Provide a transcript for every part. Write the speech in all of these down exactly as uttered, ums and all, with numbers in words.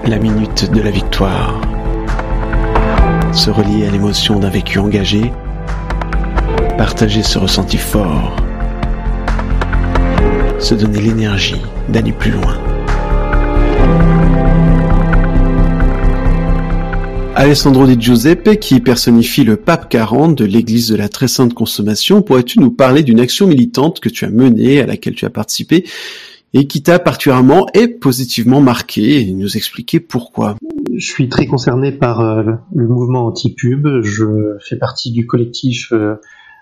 La minute de la victoire. Se relier à l'émotion d'un vécu engagé, partager ce ressenti fort, se donner l'énergie d'aller plus loin. Alessandro Di Giuseppe, qui personnifie le pape quarante de l'église de la Très Sainte Consommation, pourrais-tu nous parler d'une action militante que tu as menée, à laquelle tu as participé, et qui t'a particulièrement et positivement marqué, et nous expliquer pourquoi? Je suis très concerné par euh, le mouvement anti-pub. Je fais partie du collectif euh,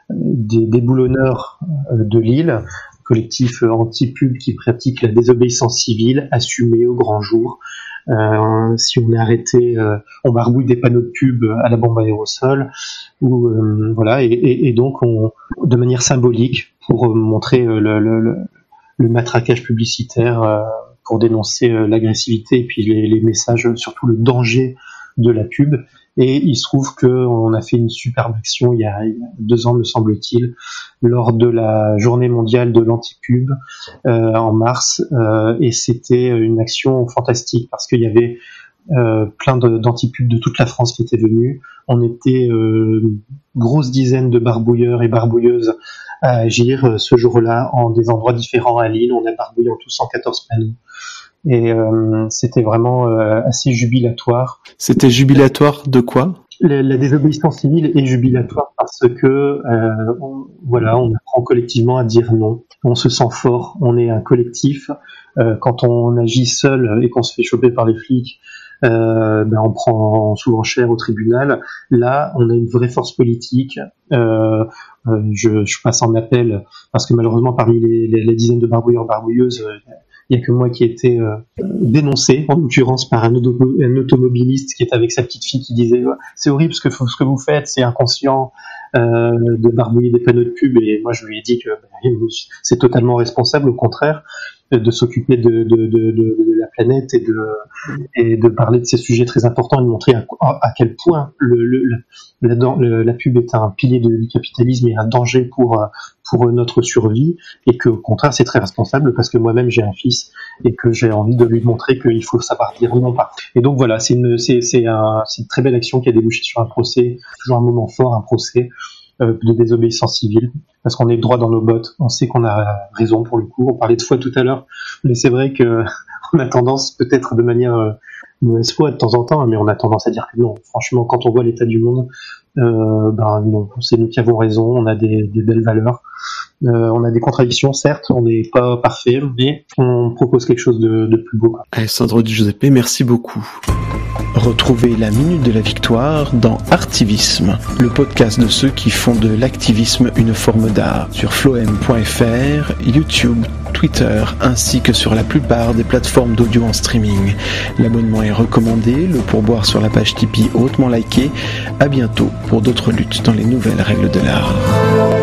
des déboulonneurs euh, de Lille, collectif euh, anti-pub qui pratique la désobéissance civile assumée au grand jour. Euh, si on est arrêté, euh, on barbouille des panneaux de pub à la bombe aérosol, ou euh, voilà, et, et, et donc on, de manière symbolique, pour montrer euh, le, le, le matraquage publicitaire, euh, pour dénoncer euh, l'agressivité et puis les, les messages, surtout le danger de la pub. Et il se trouve qu'on a fait une superbe action il y a, il y a deux ans, me semble-t-il, lors de la journée mondiale de l'anti-pub euh, en mars, euh, et c'était une action fantastique parce qu'il y avait euh, plein de, d'anti-pub de toute la France qui étaient venus. On était euh, une grosse dizaine de barbouilleurs et barbouilleuses à agir euh, ce jour-là en des endroits différents à Lille. On a barbouillé en tout cent quatorze panneaux. Et euh, c'était vraiment euh, assez jubilatoire. C'était jubilatoire de quoi ? La, la désobéissance civile est jubilatoire parce que euh, on, voilà, on apprend collectivement à dire non. On se sent fort, on est un collectif. Euh, quand on agit seul et qu'on se fait choper par les flics, euh, ben on prend souvent cher au tribunal. Là, on a une vraie force politique. Euh, euh, je, je passe en appel parce que malheureusement, parmi les, les, les dizaines de barbouilleurs barbouilleuses, il n'y a que moi qui ai été euh, dénoncé, en l'occurrence par un, auto- un automobiliste qui est avec sa petite fille qui disait « C'est horrible ce que, ce que vous faites, c'est inconscient euh, de barbouiller des panneaux de pub ». Et moi, je lui ai dit que bah, c'est totalement responsable, au contraire, de s'occuper de, de, de, de, de la planète et de, et de parler de ces sujets très importants et de montrer à, à quel point le, le, la, la, la pub est un pilier de, du capitalisme et un danger pour, pour notre survie, et que, au contraire, c'est très responsable parce que moi-même j'ai un fils et que j'ai envie de lui montrer qu'il faut savoir dire non. Et donc voilà, c'est une, c'est, c'est, un, c'est une très belle action qui a débouché sur un procès, toujours un moment fort, un procès de désobéissance civile, parce qu'on est droit dans nos bottes, on sait qu'on a raison pour le coup. On parlait de foi tout à l'heure, mais c'est vrai que on a tendance, peut-être de manière euh, mauvaise foi de temps en temps, mais on a tendance à dire que non. Franchement, quand on voit l'état du monde, euh, ben non, c'est nous qui avons raison. On a des, des belles valeurs, euh, on a des contradictions, certes, on n'est pas parfait, mais on propose quelque chose de, de plus beau, quoi. Alessandro Di Giuseppe, merci beaucoup. Retrouvez la Minute de la Victoire dans Artivisme, le podcast de ceux qui font de l'activisme une forme d'art, sur floem point f r, YouTube, Twitter, ainsi que sur la plupart des plateformes d'audio en streaming. L'abonnement est recommandé, le pourboire sur la page Tipeee hautement liké. À bientôt pour d'autres luttes dans les nouvelles règles de l'art.